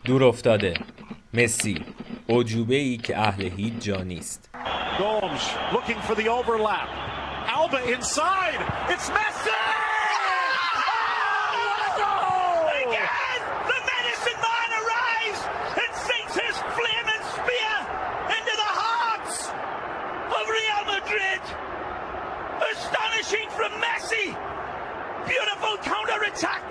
دور افتاده مسی، اعجوبه‌ای که اهل هیچ جا نیست. Gomes looking for the overlap. Alba inside. It's Messi! Again, the medicine man arrives and sinks his flaming spear into the hearts of Real Madrid. Astonishing from Messi. Beautiful counter-attack.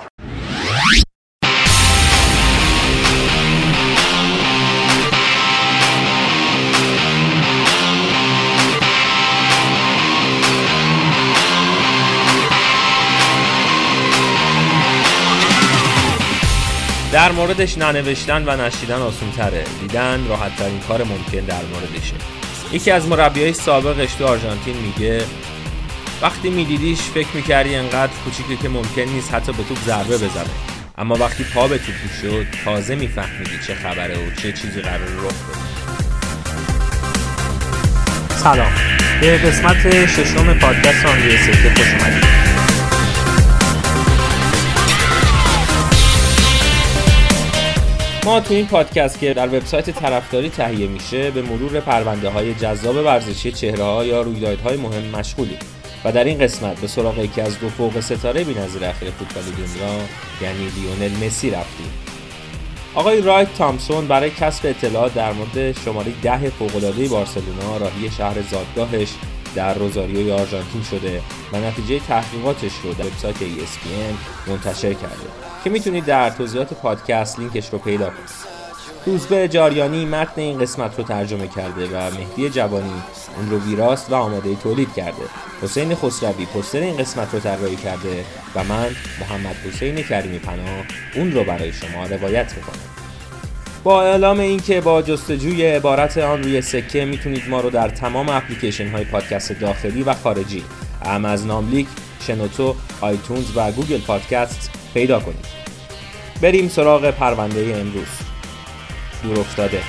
در موردش ننوشتن و نشیدن آسون تره، دیدن راحت ترین کار ممکن در موردشه. یکی از مربیای سابقش تو آرژانتین میگه وقتی میدیدیش فکر میکردی انقدر کوچیکه که ممکن نیست حتی به توپ ضربه بزنه، اما وقتی پا به توپ شد تازه میفهمیدی چه خبره و چه چیزی قرار رخ بده. سلام، به قسمت ششم پادکست آن روی سکه خوش اومدید. ما تو این پادکست که در وبسایت طرفداری تهیه میشه به مرور پرونده‌های جذاب ورزشی چهره‌ها یا رویدادهای مهم مشغولیم و در این قسمت به سراغ یکی از دو فوق ستاره بی‌نظیر اخیر فوتبال دنیا یعنی لیونل مسی رفتیم. آقای رایت تامسون برای کسب اطلاعات در مورد شماره 10 فوق‌العاده بارسلونا راهی شهر زادگاهش در روزاریوی آرژانتین شده و نتیجه تحقیقاتش رو در وبسایت ESPN منتشر کرده که میتونید در توضیحات پادکست لینکش رو پیدا کنید. روزبه جاریانی متن این قسمت رو ترجمه کرده و مهدی جوانی اون رو ویراست و آماده تولید کرده. حسین خسروی پوستر این قسمت رو طراحی کرده و من محمد حسین کریمی پناه اون رو برای شما روایت میکنم. با اعلام این که با جستجوی عبارت آن روی سکه میتونید ما رو در تمام اپلیکیشن های پادکست داخلی و خارجی از ناملیک، شنوتو، آیتونز و گوگل پادکست پیدا کنید. بریم سراغ پرونده امروز. دور افتاده.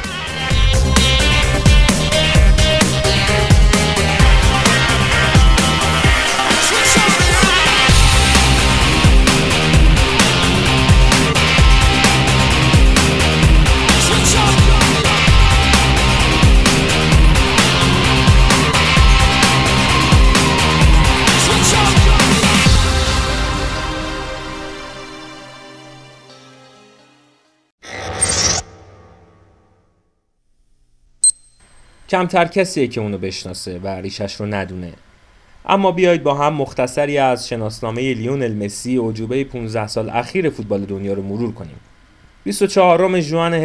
کمتر کسیه که اونو بشناسه و ریشش رو ندونه، اما بیایید با هم مختصری از شناسنامه لیونل مسی اعجوبه 15 سال اخیر فوتبال دنیا رو مرور کنیم. 24 ژوئن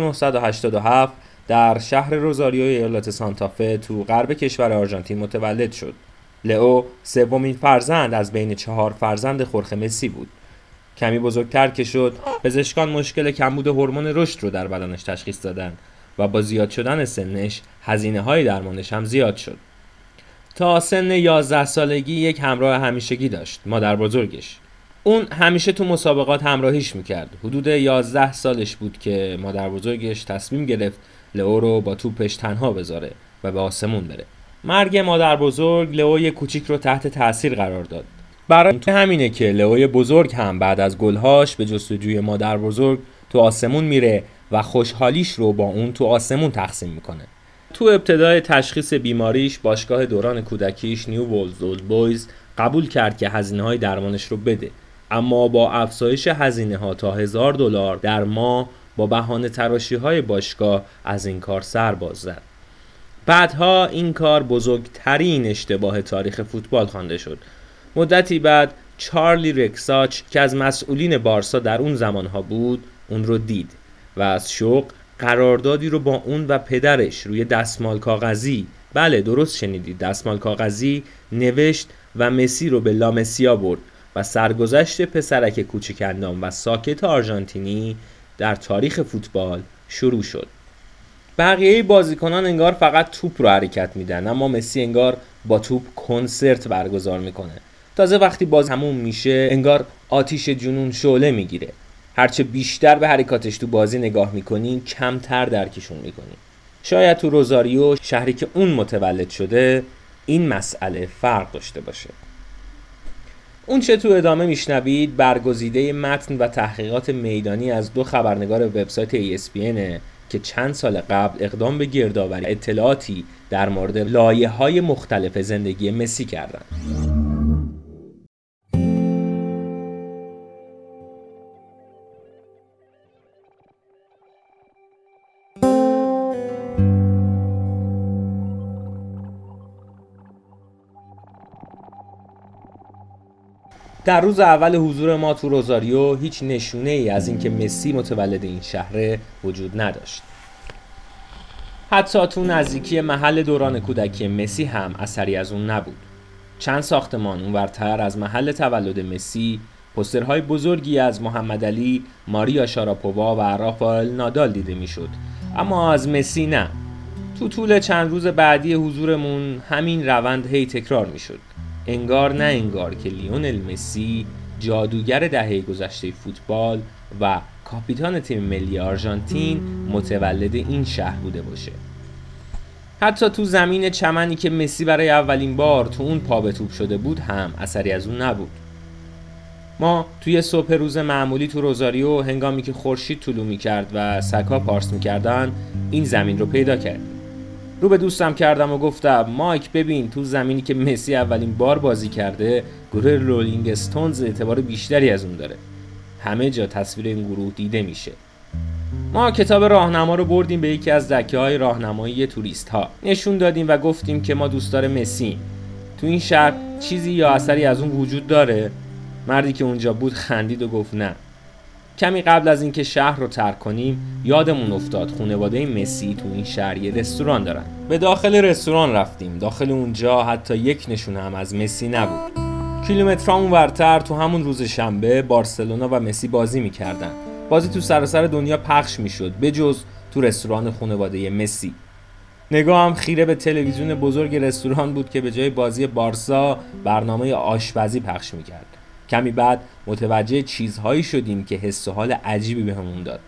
1987 در شهر روزاریوی ایالت سانتافه تو غرب کشور آرژانتین متولد شد. لئو سومین فرزند از بین 4 فرزند خورخه مسی بود. کمی بزرگتر که شد، پزشکان مشکل کمبود هورمون رشد رو در بدنش تشخیص دادن و با زیاد شدن سنش هزینه‌های درمانش هم زیاد شد. تا سن 11 سالگی یک همراه همیشگی داشت، مادر بزرگش. اون همیشه تو مسابقات همراهیش میکرد. حدود 11 سالش بود که مادر بزرگش تصمیم گرفت لئو رو با توپش تنها بذاره و به آسمون بره. مرگ مادر بزرگ لئو یک کوچیک رو تحت تاثیر قرار داد. برای همینه که لئو بزرگ هم بعد از گلهاش به جستجوی مادر بزرگ تو آسمون میره و خوشحالیش رو با اون تو آسمون تقسیم میکنه. تو ابتدای تشخیص بیماریش باشگاه دوران کودکیش نیو اولز اولد بویز قبول کرد که هزینه‌های درمانش رو بده، اما با افزایش هزینه‌ها تا $1000 در ماه با بهانه تراشی‌های باشگاه از این کار سر باز زد. بعدها این کار بزرگترین اشتباه تاریخ فوتبال خوانده شد. مدتی بعد چارلی رکساچ که از مسئولین بارسا در اون زمانها بود اون رو دید و از شوق قراردادی رو با اون و پدرش روی دستمال کاغذی، بله درست شنیدید، دستمال کاغذی نوشت و مسی رو به لامسیا برد و سرگذشت پسرک کوچک اندام و ساکت آرژانتینی در تاریخ فوتبال شروع شد. بقیه بازیکنان انگار فقط توپ رو حرکت میدن، اما مسی انگار با توپ کنسرت برگزار میکنه. تازه وقتی باز تموم میشه انگار آتیش جنون شعله میگیره. هرچه بیشتر به حرکاتش تو بازی نگاه میکنین کمتر درکشون میکنین. شاید تو روزاریو، شهری که اون متولد شده، این مسئله فرق داشته باشه. اون چه تو ادامه میشنوید برگزیده متن و تحقیقات میدانی از 2 خبرنگار وبسایت ESPN که چند سال قبل اقدام به گردآوری اطلاعاتی در مورد لایه‌های مختلف زندگی مسی کردند. در روز اول حضور ما تو روزاریو هیچ نشونه ای از اینکه مسی متولد این شهر وجود نداشت. حتی تو نزدیکی محل دوران کودکی مسی هم اثری از اون نبود. چند ساختمان اونورتر از محل تولد مسی پوسترهای بزرگی از محمد علی، ماریا شاراپووا و رافائل نادال دیده میشد، اما از مسی نه. تو طول چند روز بعدی حضورمون همین روند هی تکرار میشد. انگار نه انگار که لیونل مسی جادوگر دهه گذشته فوتبال و کاپیتان تیم ملی آرژانتین متولد این شهر بوده باشه. حتی تو زمین چمنی که مسی برای اولین بار تو اون پا به توپ شده بود هم اثری از اون نبود. ما توی صبح روز معمولی تو روزاریو هنگامی که خورشید طلوع می‌کرد و سگ‌ها پارس می‌کردن این زمین رو پیدا کردیم. رو به دوستم کردم و گفتم مایک ببین تو زمینی که مسی اولین بار بازی کرده گروه رولینگ استونز اعتبار بیشتری از اون داره. همه جا تصویر این گروه دیده میشه. ما کتاب راهنما رو بردیم به یکی از دکه‌های راهنمایی توریست‌ها. نشون دادیم و گفتیم که ما دوستدار مسی‌ایم. تو این شهر چیزی یا اثری از اون وجود داره؟ مردی که اونجا بود خندید و گفت نه. کمی قبل از اینکه شهر رو ترک کنیم یادمون افتاد خانواده مسی تو این شهر یه رستوران دارن. به داخل رستوران رفتیم. داخل اونجا حتی یک نشونه هم از مسی نبود. کیلومترها اونورتر تو همون روز شنبه بارسلونا و مسی بازی می‌کردن. بازی تو سراسر دنیا پخش می‌شد بجز تو رستوران خانواده مسی. نگاهم خیره به تلویزیون بزرگ رستوران بود که به جای بازی بارسا برنامه آشپزی پخش می‌کرد. کمی بعد متوجه چیزهایی شدیم که حس و حال عجیبی بهمون داد.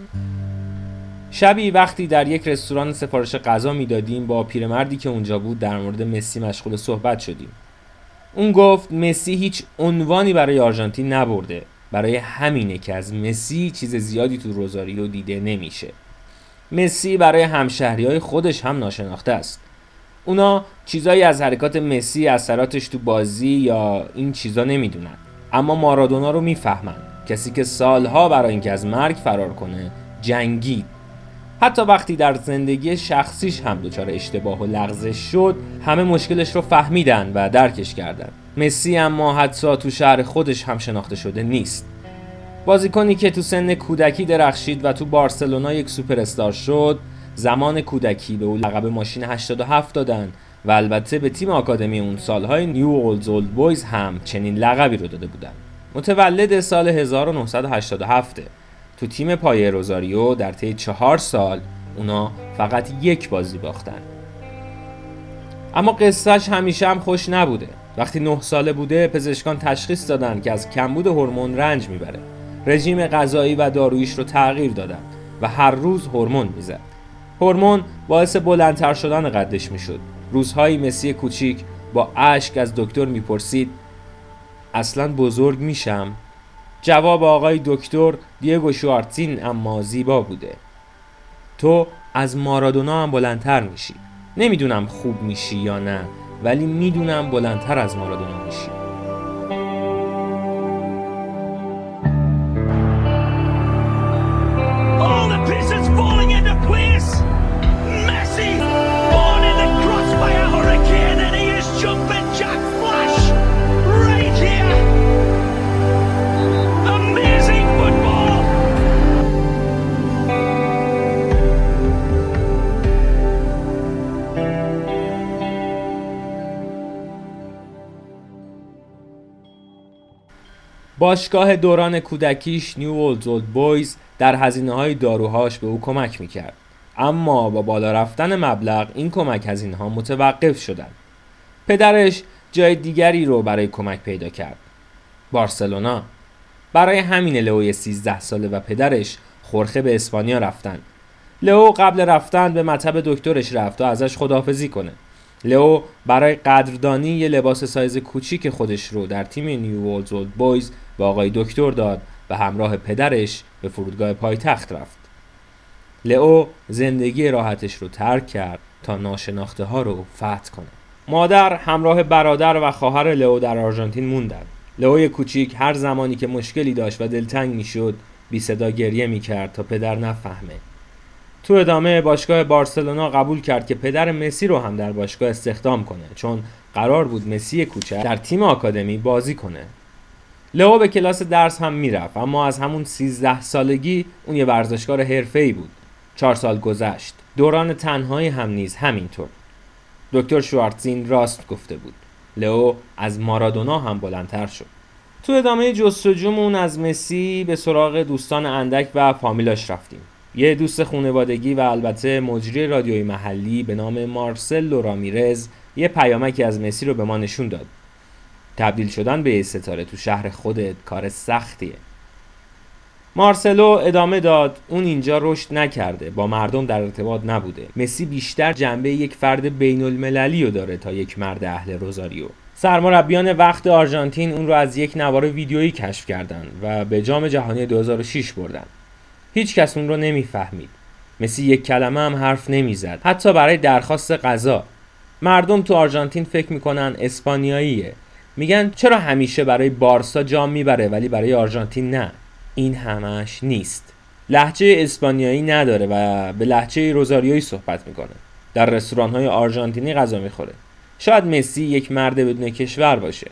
شبی وقتی در یک رستوران سفارش غذا میدادیم با پیرمردی که اونجا بود در مورد مسی مشغول صحبت شدیم. اون گفت مسی هیچ عنوانی برای آرژانتین نبرده. برای همینه که از مسی چیز زیادی تو روزاریو دیده نمیشه. مسی برای همشهریای خودش هم ناشناخته است. اونا چیزایی از حرکات مسی، اثراتش تو بازی یا این چیزا نمیدونن، اما مارادونا رو میفهمن. کسی که سالها برای اینکه از مرگ فرار کنه جنگید. حتی وقتی در زندگی شخصیش هم دچار اشتباه و لغزش شد همه مشکلش رو فهمیدن و درکش کردن. مسی اما حتی تو شهر خودش هم شناخته شده نیست. بازیکنی که تو سن کودکی درخشید و تو بارسلونا یک سوپر استار شد، زمان کودکی به او لقب ماشین 87 دادن و البته به تیم آکادمی اون سالهای نیو اولدز اولد بویز هم چنین لقبی رو داده بودن. متولد سال 1987 تو تیم پایه روزاریو در طی 4 سال اونا فقط یک بازی باختن. اما قصهش همیشه هم خوش نبوده. وقتی 9 ساله بوده پزشکان تشخیص دادن که از کمبود هورمون رنج میبره. رژیم غذایی و داروییش رو تغییر دادن و هر روز هورمون میزد. هورمون باعث بلندتر شدن قدش میشد. روزهای مسی کوچیک با اشک از دکتر میپرسید اصلاً بزرگ میشم؟ جواب آقای دکتر دیگو شوارتزین اما زیبا بوده. تو از مارادونا هم بلندتر میشی. نمیدونم خوب میشی یا نه، ولی میدونم بلندتر از مارادونا میشی. باشگاه دوران کودکیش نیو اولدز اولد بویز در هزینه‌های داروهاش به او کمک میکرد، اما با بالا رفتن مبلغ این کمک هزینه‌ها متوقف شدند. پدرش جای دیگری رو برای کمک پیدا کرد، بارسلونا. برای همین لئو 13 ساله و پدرش خورخه به اسپانیا رفتن. لئو قبل رفتن به مطب دکترش رفت و ازش خداحافظی کنه، لئو برای قدردانی یه لباس سایز کوچیک خودش رو در تیم نیو اولز اولد بویز به آقای دکتر داد و همراه پدرش به فرودگاه پایتخت رفت. لئو زندگی راحتش رو ترک کرد تا ناشناخته ها رو فتح کنه. مادر همراه برادر و خواهر لئو در آرژانتین موندن. لئو کوچیک هر زمانی که مشکلی داشت و دلتنگ میشد بی صدا گریه میکرد تا پدر نفهمه. تو ادامه باشگاه بارسلونا قبول کرد که پدر مسی رو هم در باشگاه استخدام کنه، چون قرار بود مسی کوچک در تیم آکادمی بازی کنه. لئو به کلاس درس هم میرفت، اما از همون 13 سالگی اون یه ورزشکار حرفه‌ای بود. 4 سال گذشت. دوران تنهایی هم نیز همینطور. دکتر شوارتزین راست گفته بود. لئو از مارادونا هم بلندتر شد. تو ادامه جستجومون از مسی به سراغ دوستان اندک و فامیلاش رفتیم. یه دوست خانوادگی و البته مجری رادیوی محلی به نام مارسلو رامیرز یه پیامکی از مسی رو به ما نشون داد. تبدیل شدن به یه ستاره تو شهر خودت کار سختیه. مارسلو ادامه داد اون اینجا رشد نکرده، با مردم در ارتباط نبوده. مسی بیشتر جنبه یک فرد بین المللی رو داره تا یک مرد اهل روزاریو. سرمربیان وقت آرژانتین اون رو از یک نوار ویدیویی کشف کردن و به جام جهانی 2006 بردن. هیچ کس اون رو نمیفهمید. مسی یک کلمه هم حرف نمیزد، حتی برای درخواست غذا. مردم تو آرژانتین فکر میکنن اسپانیاییه. میگن چرا همیشه برای بارسا جام میبره ولی برای آرژانتین نه. این همش نیست. لهجه اسپانیایی نداره و به لهجه روزاریویی صحبت میکنه. در رستوران‌های آرژانتینی غذا میخوره. شاید مسی یک مرد بدون کشور باشه.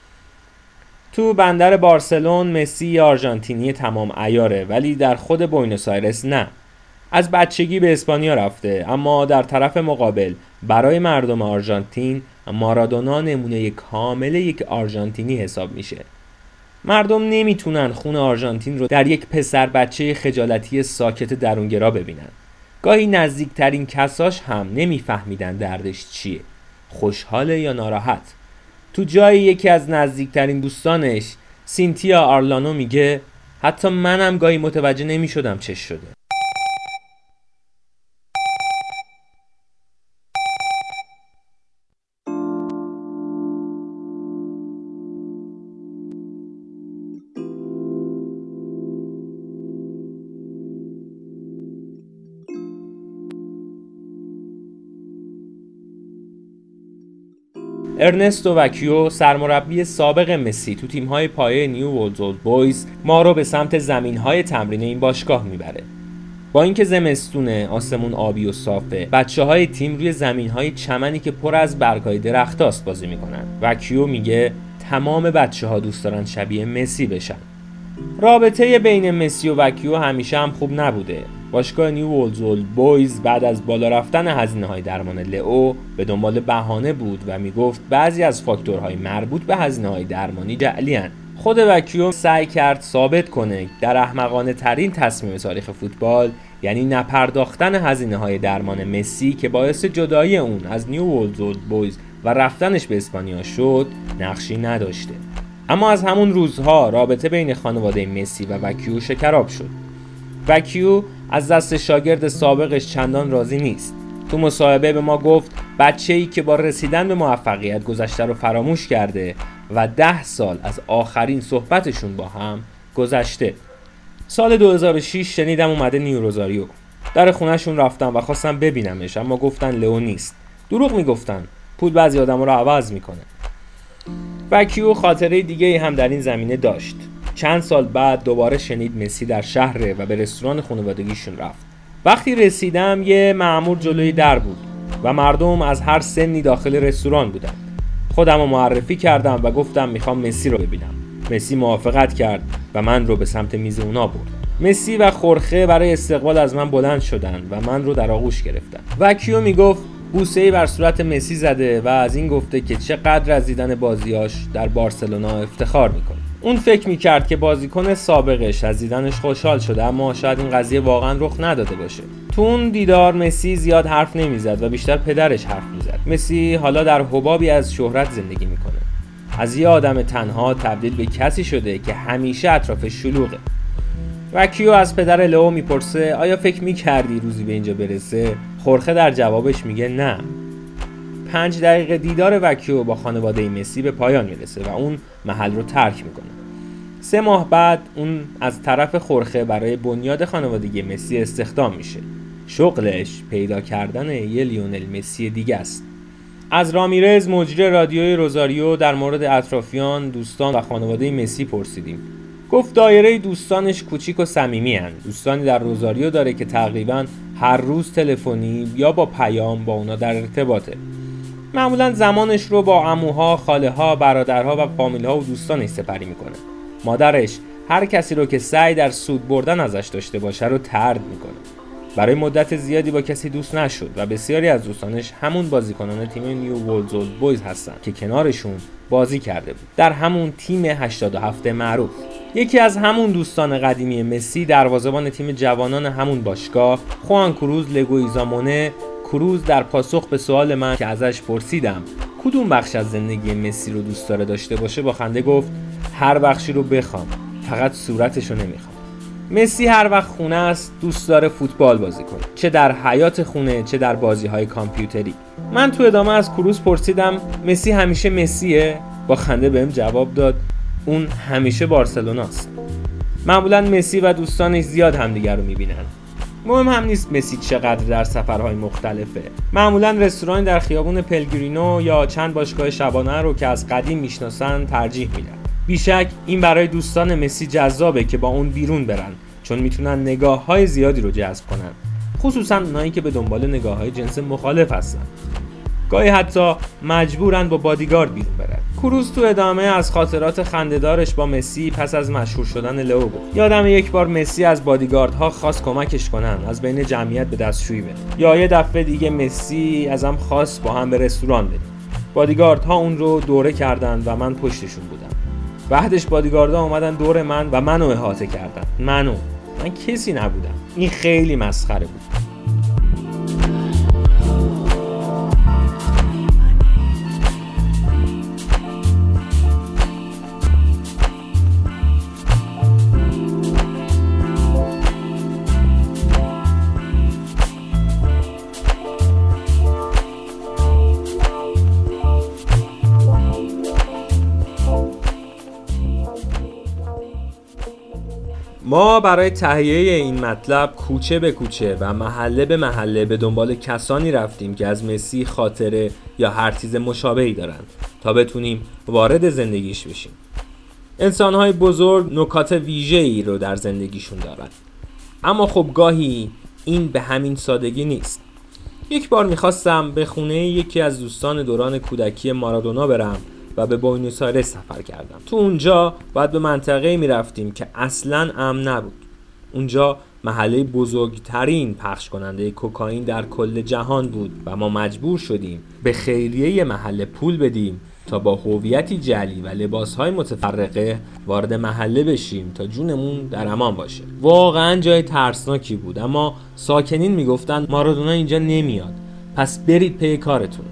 تو بندر بارسلون مسی آرژانتینی تمام عیاره، ولی در خود بوئنوس آیرس نه. از بچگی به اسپانیا رفته، اما در طرف مقابل برای مردم آرژانتین مارادونا نمونه کامل یک آرژانتینی حساب میشه. مردم نمیتونن خون آرژانتین رو در یک پسر بچه خجالتی ساکت درونگرا ببینن. گاهی نزدیکترین کساش هم نمیفهمیدن دردش چیه، خوشحاله یا ناراحت. تو جای یکی از نزدیکترین دوستانش سینتیا آرلانو میگه حتی منم گاهی متوجه نمیشدم چه شده. ارنستو وکیو سرمربی سابق مسی تو تیم‌های پایه نیو اولز اولد بویز ما رو به سمت زمین‌های تمرین این باشگاه میبره. با اینکه زمستونه، آسمون آبی و صافه، بچه‌های تیم روی زمین‌های چمنی که پر از برگ‌های درختاست بازی میکنن. وکیو میگه تمام بچه‌ها دوست دارن شبیه مسی بشن. رابطه بین مسی و وکیو همیشه هم خوب نبوده. باشگاه نیو اولز اولد بویز بعد از بالا رفتن هزینه‌های درمان لئو به دنبال بهانه بود و میگفت بعضی از فاکتورهای مربوط به هزینه‌های درمانی جعلی‌اند. خود وکیو سعی کرد ثابت کنه در احمقانه ترین تصمیم تاریخ فوتبال، یعنی نپرداختن هزینه‌های درمان مسی که باعث جدایی اون از نیو اولز اولد بویز و رفتنش به اسپانیا شد، نقشی نداشته. اما از همون روزها رابطه بین خانواده مسی و وکیو شکراب شد. وکیو از دست شاگرد سابقش چندان راضی نیست. تو مصاحبه به ما گفت بچه‌ای که با رسیدن به موفقیت گذشته رو فراموش کرده و 10 سال از آخرین صحبتشون با هم گذشته. سال 2006 شنیدم اومده نیو روزاریو. در خونهشون رفتم و خواستم ببینمش، اما گفتن لئو نیست. دروغ میگفتن. پول بعضی آدم‌ها رو عوض میکنه. وکیو خاطره دیگه هم در این زمینه داشت. چند سال بعد دوباره شنید مسی در شهره و به رستوران خانوادگیشون رفت. وقتی رسیدم یه مأمور جلوی در بود و مردم از هر سنی داخل رستوران بودن. خودم رو معرفی کردم و گفتم میخوام مسی رو ببینم. مسی موافقت کرد و من رو به سمت میز اونا برد. مسی و خورخه برای استقبال از من بلند شدن و من رو در آغوش گرفتن. وکیو میگفت بوسه‌ای بر صورت مسی زده و از این گفته که چقدر از دیدن بازیاش در بارسلونا افتخار میکنه. اون فکر میکرد که بازیکن سابقش از دیدنش خوشحال شده، اما شاید این قضیه واقعا رخ نداده باشه. تو اون دیدار مسی زیاد حرف نمیزد و بیشتر پدرش حرف میزد. مسی حالا در حبابی از شهرت زندگی میکنه. از یه آدم تنها تبدیل به کسی شده که همیشه اطرافش شلوغه. وکیو از پدر لئو میپرسه آیا فکر میکردی روزی به اینجا برسه؟ خورخه در جوابش میگه نه. 5 دقیقه دیدار وکیو با خانواده مسی به پایان میرسه و اون محل رو ترک میکنه. 3 ماه بعد اون از طرف خورخه برای بنیاد خانوادگی مسی استخدام میشه. شغلش پیدا کردن یه لیونل مسی دیگه است. از رامیرز مجری رادیوی روزاریو در مورد اطرافیان، دوستان و خانواده مسی پرسیدیم. گفت دایره دوستانش کوچیک و صمیمی هستند. دوستانی در روزاریو داره که تقریباً هر روز تلفنی یا با پیام با اونا در ارتباطه. معمولاً زمانش رو با عموها، خاله‌ها، برادرها و فامیل‌ها و دوستانش سپری میکنه. مادرش هر کسی رو که سعی در سود بردن ازش داشته باشه رو طرد میکنه. برای مدت زیادی با کسی دوست نشد و بسیاری از دوستانش همون بازیکنان تیم نیو ولز اولد بویز هستن که کنارشون بازی کرده بود در همون تیم 87 معروف. یکی از همون دوستان قدیمی مسی دروازه‌بان تیم جوانان همون باشگاه، خوان کروز لگویزامونه. کروز در پاسخ به سوال من که ازش پرسیدم کدوم بخش از زندگی مسی رو دوست داره داشته باشه با خنده گفت هر بخشی رو بخوام، فقط صورتشو نمیخوام. مسی هر وقت خونه است دوست داره فوتبال بازی کنه، چه در حیات خونه چه در بازی‌های کامپیوتری. من تو ادامه از کروز پرسیدم مسی همیشه مسیه؟ با خنده بهم جواب داد اون همیشه بارسلوناست. معمولاً مسی و دوستانش زیاد همدیگر رو میبینن. مهم هم نیست مسی چقدر در سفرهای مختلفه. معمولاً رستوران در خیابون پلگرینو یا چند باشگاه شبانه رو که از قدیم میشناسن ترجیح میدن. بیشک این برای دوستان مسی جذابه که با اون بیرون برن، چون میتونن نگاه‌های زیادی رو جذب کنن، خصوصا اونایی که به دنبال نگاه‌های جنس مخالف هستن. گاهی حتی مجبورن با بادیگارد بیرون برن. کروز تو ادامه از خاطرات خنده‌دارش با مسی پس از مشهور شدن لئو گفت یادم یک بار مسی از بادیگاردها خواست کمکش کنن از بین جمعیت به دستشویی بره. یا یه دفعه دیگه مسی ازم خواست با هم به رستوران بریم. بادیگاردها اون رو دوره کردن و من پشتشون بودم. بعدش بادیگاردها اومدن دور من و منو احاطه کردن. من کسی نبودم. این خیلی مسخره بود. ما برای تهیه این مطلب کوچه به کوچه و محله به محله به دنبال کسانی رفتیم که از مسی خاطره یا هر چیز مشابهی دارن تا بتونیم وارد زندگیش بشیم. انسان‌های بزرگ نکات ویژه‌ای رو در زندگیشون دارن، اما خب گاهی این به همین سادگی نیست. یک بار میخواستم به خونه یکی از دوستان دوران کودکی مارادونا برم و به بوئنوس آیرس سفر کردم. تو اونجا باید به منطقه‌ای میرفتیم که اصلاً امن نبود. اونجا محله بزرگترین پخش کننده کوکائین در کل جهان بود و ما مجبور شدیم به خیریه محله پول بدیم تا با هویتی جعلی و لباس‌های متفرقه وارد محله بشیم تا جونمون در امان باشه. واقعاً جای ترسناکی بود، اما ساکنین میگفتن مارادونا اینجا نمیاد، پس برید پی کارتون.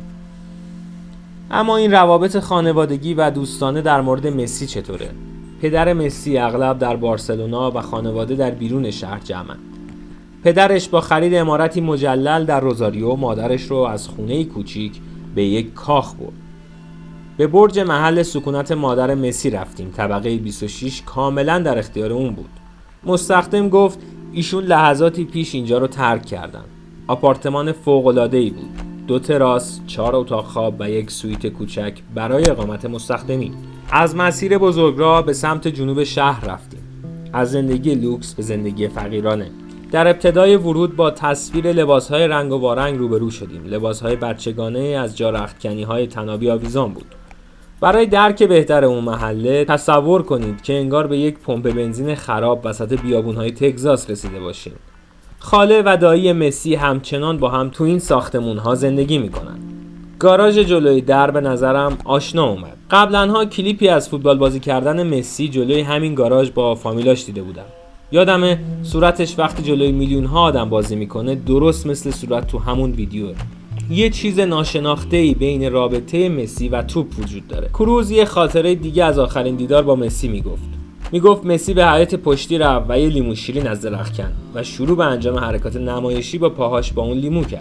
اما این روابط خانوادگی و دوستانه در مورد مسی چطوره؟ پدر مسی اغلب در بارسلونا و خانواده در بیرون شهر جمعن. پدرش با خرید عمارتی مجلل در روزاریو مادرش رو از خونه کوچیک به یک کاخ برد. به برج محل سکونت مادر مسی رفتیم. طبقه 26 کاملا در اختیار اون بود. مستخدم گفت ایشون لحظاتی پیش اینجا رو ترک کردن. آپارتمان فوق‌العاده‌ای بود. 2 تراس، 4 اتاق خواب و یک سویت کوچک برای اقامت مستخدمین. از مسیر بزرگراه به سمت جنوب شهر رفتیم. از زندگی لوکس به زندگی فقیرانه. در ابتدای ورود با تصویر لباس‌های رنگ و وارنگ روبرو شدیم. لباس‌های بچگانه از جا رختکنی‌های طنابی آویزان بود. برای درک بهتر اون محله تصور کنید که انگار به یک پمپ بنزین خراب وسط بیابون‌های تگزاس رسیده باشیم. خاله و دایی مسی همچنان با هم تو این ساختمون‌ها زندگی می‌کنن. گاراژ جلوی در به نظرم آشنا اومد. قبلن‌ها کلیپی از فوتبال بازی کردن مسی جلوی همین گاراژ با فامیلاش دیده بودم. یادمه صورتش وقتی جلوی میلیون‌ها آدم بازی می‌کنه درست مثل صورت تو همون ویدیوه. یه چیز ناشناخته‌ای بین رابطه مسی و توپ وجود داره. کروز یه خاطره دیگه از آخرین دیدار با مسی میگفت مسی به حیاط پشتی رفت و یه لیمو شیرین از درخت کند و شروع به انجام حرکات نمایشی با پاهاش با اون لیمو کرد.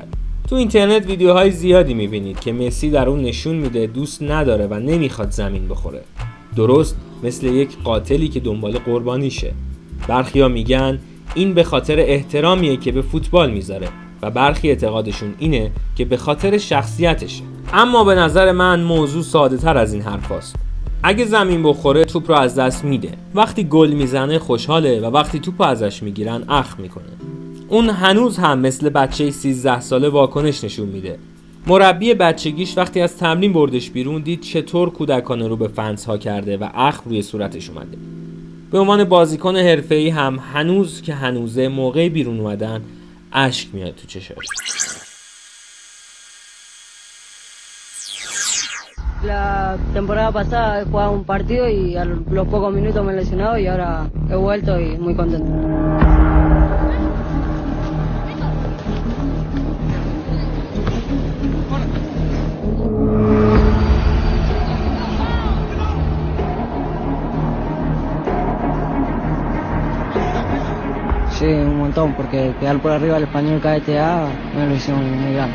تو اینترنت ویدیوهای زیادی میبینید که مسی در اون نشون میده دوست نداره و نمیخواد زمین بخوره، درست مثل یک قاتلی که دنبال قربانیشه. برخیا میگن این به خاطر احترامیه که به فوتبال میذاره و برخی اعتقادشون اینه که به خاطر شخصیتشه. اما به نظر من موضوع ساده تر از این حرفاست. اگه زمین بخوره توپ رو از دست میده، وقتی گل میزنه خوشحاله و وقتی توپ ازش میگیرن اخم میکنه. اون هنوز هم مثل بچه 13 ساله واکنش نشون میده. مربی بچگیش وقتی از تمرین بردش بیرون دید چطور کودکانه رو به فنس‌ها کرده و اخم روی صورتش اومده. به عنوان بازیکن حرفه‌ای هم هنوز که هنوزه موقع بیرون اومدن اشک میاد تو چشاش. La temporada pasada he jugado un partido y a los pocos minutos me he lesionado y ahora he vuelto y muy contento. Sí, un montón, porque quedar por arriba del Español KTA es una ilusión muy grande.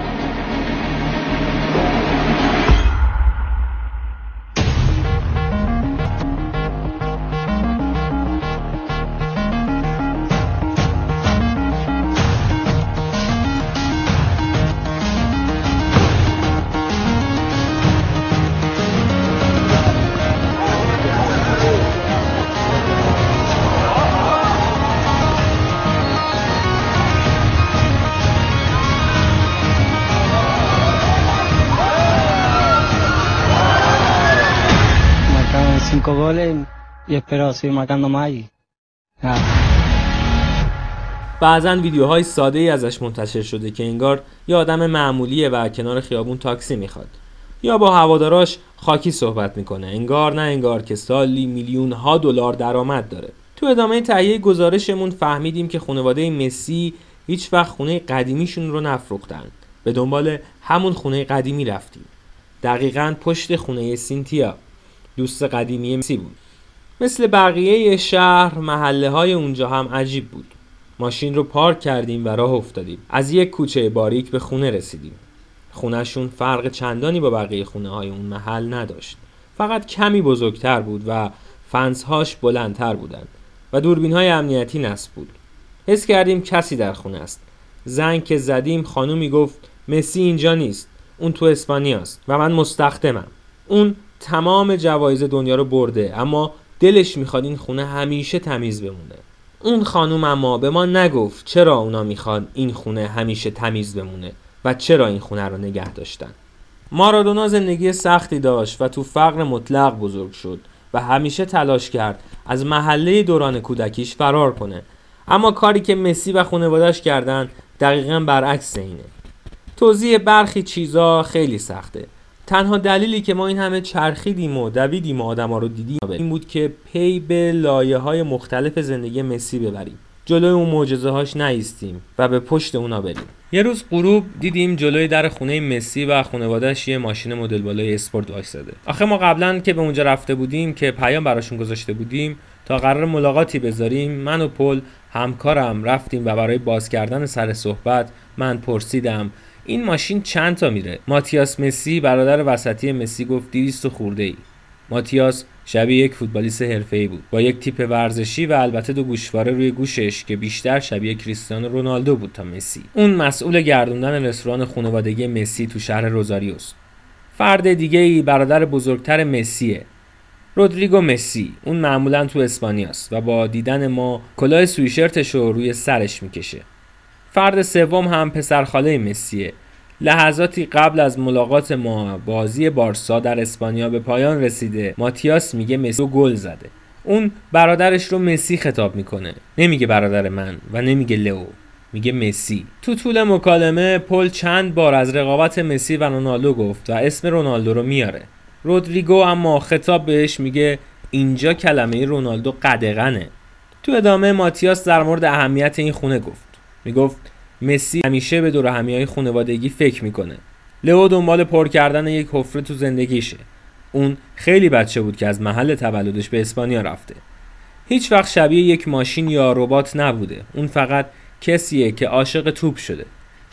Marcaron 5 goles y espero seguir marcando más y nada. بعضن ویدیوهای ساده ای ازش منتشر شده که انگار یه آدم معمولیه و کنار خیابون تاکسی میخواد یا با هواداراش خاکی صحبت میکنه، انگار نه انگار که سالی میلیون ها دلار درآمد داره. تو ادامه تهیه گزارشمون فهمیدیم که خانواده مسی هیچ وقت خونه قدیمیشون رو نفروختن. به دنبال همون خونه قدیمی رفتیم. دقیقاً پشت خونه سینتیا، دوست قدیمی مسی بود. مثل بقیه شهر محله های اونجا هم عجیب بود. ماشین رو پارک کردیم و راه افتادیم. از یک کوچه باریک به خونه رسیدیم. خونهشون فرق چندانی با بقیه خونه های اون محل نداشت. فقط کمی بزرگتر بود و فنس‌هاش بلندتر بودن و دوربین های امنیتی نصب بود. حس کردیم کسی در خونه است. زنگ که زدیم خانومی گفت مسی اینجا نیست. اون تو اسپانیاست و من مستخدمم. اون تمام جوایز دنیا رو برده اما دلش میخواد این خونه همیشه تمیز بمونه. اون خانوم اما به ما نگفت چرا اونا میخوان این خونه همیشه تمیز بمونه و چرا این خونه رو نگه داشتن. مارادونا زندگی سختی داشت و تو فقر مطلق بزرگ شد و همیشه تلاش کرد از محله دوران کودکیش فرار کنه. اما کاری که مسی و خانواده‌اش کردن دقیقاً برعکس اینه. توضیح برخی چیزا خیلی سخته. تنها دلیلی که ما این همه چرخیدیم و دویدیم و آدما رو دیدیم این بود که پی به لایه‌های مختلف زندگی مسی ببریم. جلوی اون معجزه‌هاش نایستیم و به پشت اونا بریم. یه روز غروب دیدیم جلوی در خونه مسی و خانواده‌اش یه ماشین مدل بالای اسپورت وایساده. آخه ما قبلا که به اونجا رفته بودیم که پیام براشون گذاشته بودیم تا قرار ملاقاتی بذاریم، من و پل همکارم رفتیم و برای باز کردن سر صحبت من پرسیدم این ماشین چند تا میره؟ ماتیاس مسی برادر وسطی مسی گفت 200 خورده‌ای. ماتیاس شبیه یک فوتبالیست حرفه‌ای بود با یک تیپ ورزشی و البته 2 گوشواره روی گوشش که بیشتر شبیه کریستیانو رونالدو بود تا مسی. اون مسئول گردوندن رستوران خانوادگی مسی تو شهر روزاریوس. فرد دیگه‌ای برادر بزرگتر مسیه، رودریگو مسی. اون معمولاً تو اسپانیاست و با دیدن ما کلاه سویشرتش رو روی سرش میکشه. فرد سوم هم پسرخاله مسیه. لحظاتی قبل از ملاقات ما بازی بارسا در اسپانیا به پایان رسیده. ماتیاس میگه مسی رو گل زده. اون برادرش رو مسی خطاب میکنه. نمیگه برادر من و نمیگه لئو، میگه مسی. تو طول مکالمه پل چند بار از رقابت مسی و رونالدو گفت و اسم رونالدو رو میاره. رودریگو اما خطاب بهش میگه اینجا کلمه رونالدو قدغنه. تو ادامه ماتیاس در مورد اهمیت این خونه گفت. میگفت مسی همیشه به دور همیهای خانوادگی فکر میکنه. لئو دنبال پر کردن یک حفره تو زندگیشه. اون خیلی بچه بود که از محل تولدش به اسپانیا رفته. هیچ وقت شبیه یک ماشین یا ربات نبوده. اون فقط کسیه که عاشق توپ شده.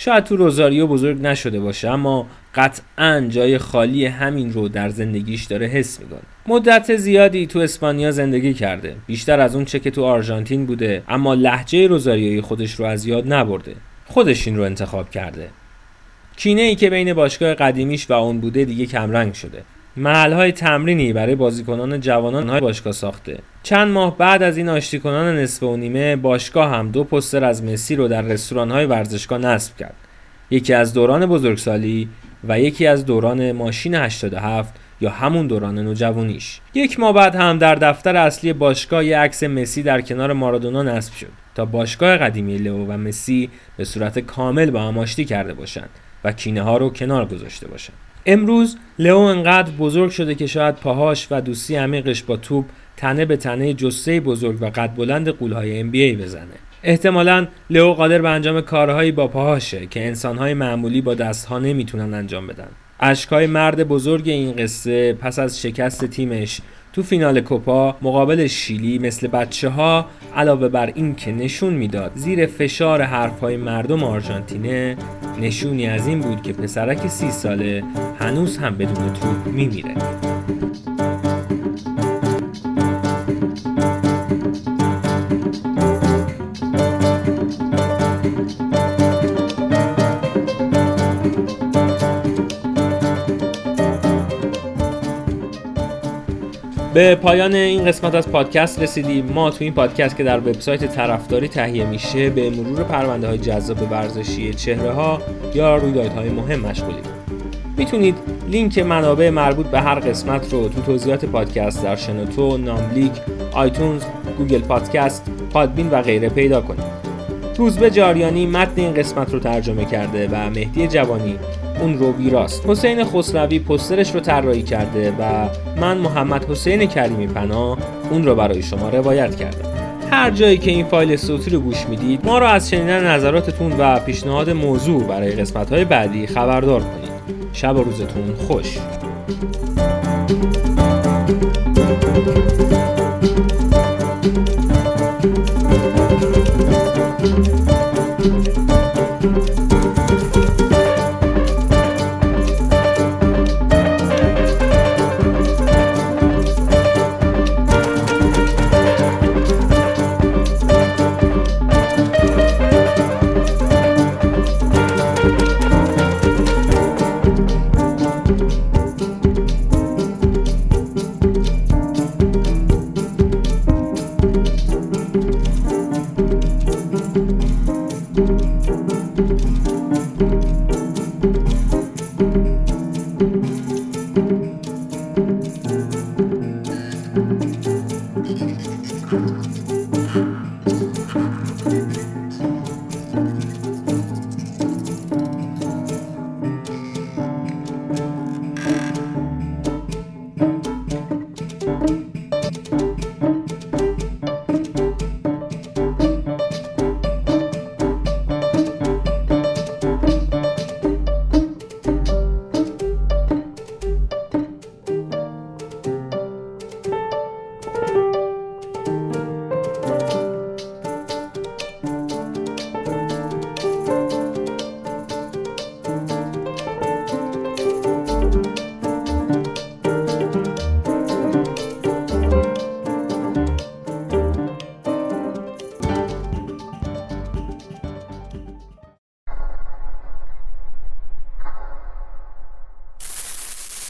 شاید تو روزاریو بزرگ نشده باشه، اما قطعاً جای خالی همین رو در زندگیش داره حس میکنه. مدت زیادی تو اسپانیا زندگی کرده، بیشتر از اون چه که تو آرژانتین بوده، اما لهجه روزاریویی خودش رو از یاد نبرده. خودش این رو انتخاب کرده. کینه ای که بین باشگاه قدیمیش و اون بوده دیگه کمرنگ شده. محل‌های تمرینی برای بازیکنان جوانان باشگاه ساخته. چند ماه بعد از این آشتی‌کنان نصف و نیمه، باشگاه هم 2 پوستر از مسی رو در رستوران‌های ورزشگاه نصب کرد. یکی از دوران بزرگسالی و یکی از دوران ماشین 87 یا همون دوران نوجوانیش. 1 ماه بعد هم در دفتر اصلی باشگاه یک عکس مسی در کنار مارادونا نصب شد تا باشگاه قدیمی لئو و مسی به صورت کامل با هم آشتی کرده باشند و کینه‌ها رو کنار گذاشته باشند. امروز لئو انقدر بزرگ شده که شاید پاهاش و دوستی عمیقش با توپ تنه به تنه جثه بزرگ و قد بلند غول‌های NBA بزنه. احتمالاً لئو قادر به انجام کارهایی با پاهاشه که انسان‌های معمولی با دست‌ها نمیتونن انجام بدن. اشک‌های مرد بزرگ این قصه پس از شکست تیمش تو فینال کوپا مقابل شیلی مثل بچه‌ها، علاوه بر این که نشون میداد زیر فشار حرف‌های مردم آرژانتینه، نشونی از این بود که پسرک 30 ساله هنوز هم بدون توپ میمیره. به پایان این قسمت از پادکست رسیدیم. ما تو این پادکست که در وبسایت طرفداری تهیه میشه به مرور پرونده‌های جذاب ورزشی چهره‌ها یا رویدادهای مهم مشغولیم. میتونید لینک منابع مربوط به هر قسمت رو تو توضیحات پادکست در شنوتو، ناملیک، آیتونز، گوگل پادکست، پادبین و غیره پیدا کنید. روزبه جاریانی متن این قسمت رو ترجمه کرده و مهدی جوانی اون رو ویراست. حسین خسروی پوسترش رو طراحی کرده و من محمد حسین کریمی پناه اون رو برای شما روایت کردم. هر جایی که این فایل صوتی رو گوش میدید ما رو از شنیدن نظراتتون و پیشنهاد موضوع برای قسمت‌های بعدی خبردار کنید. شب و روزتون خوش.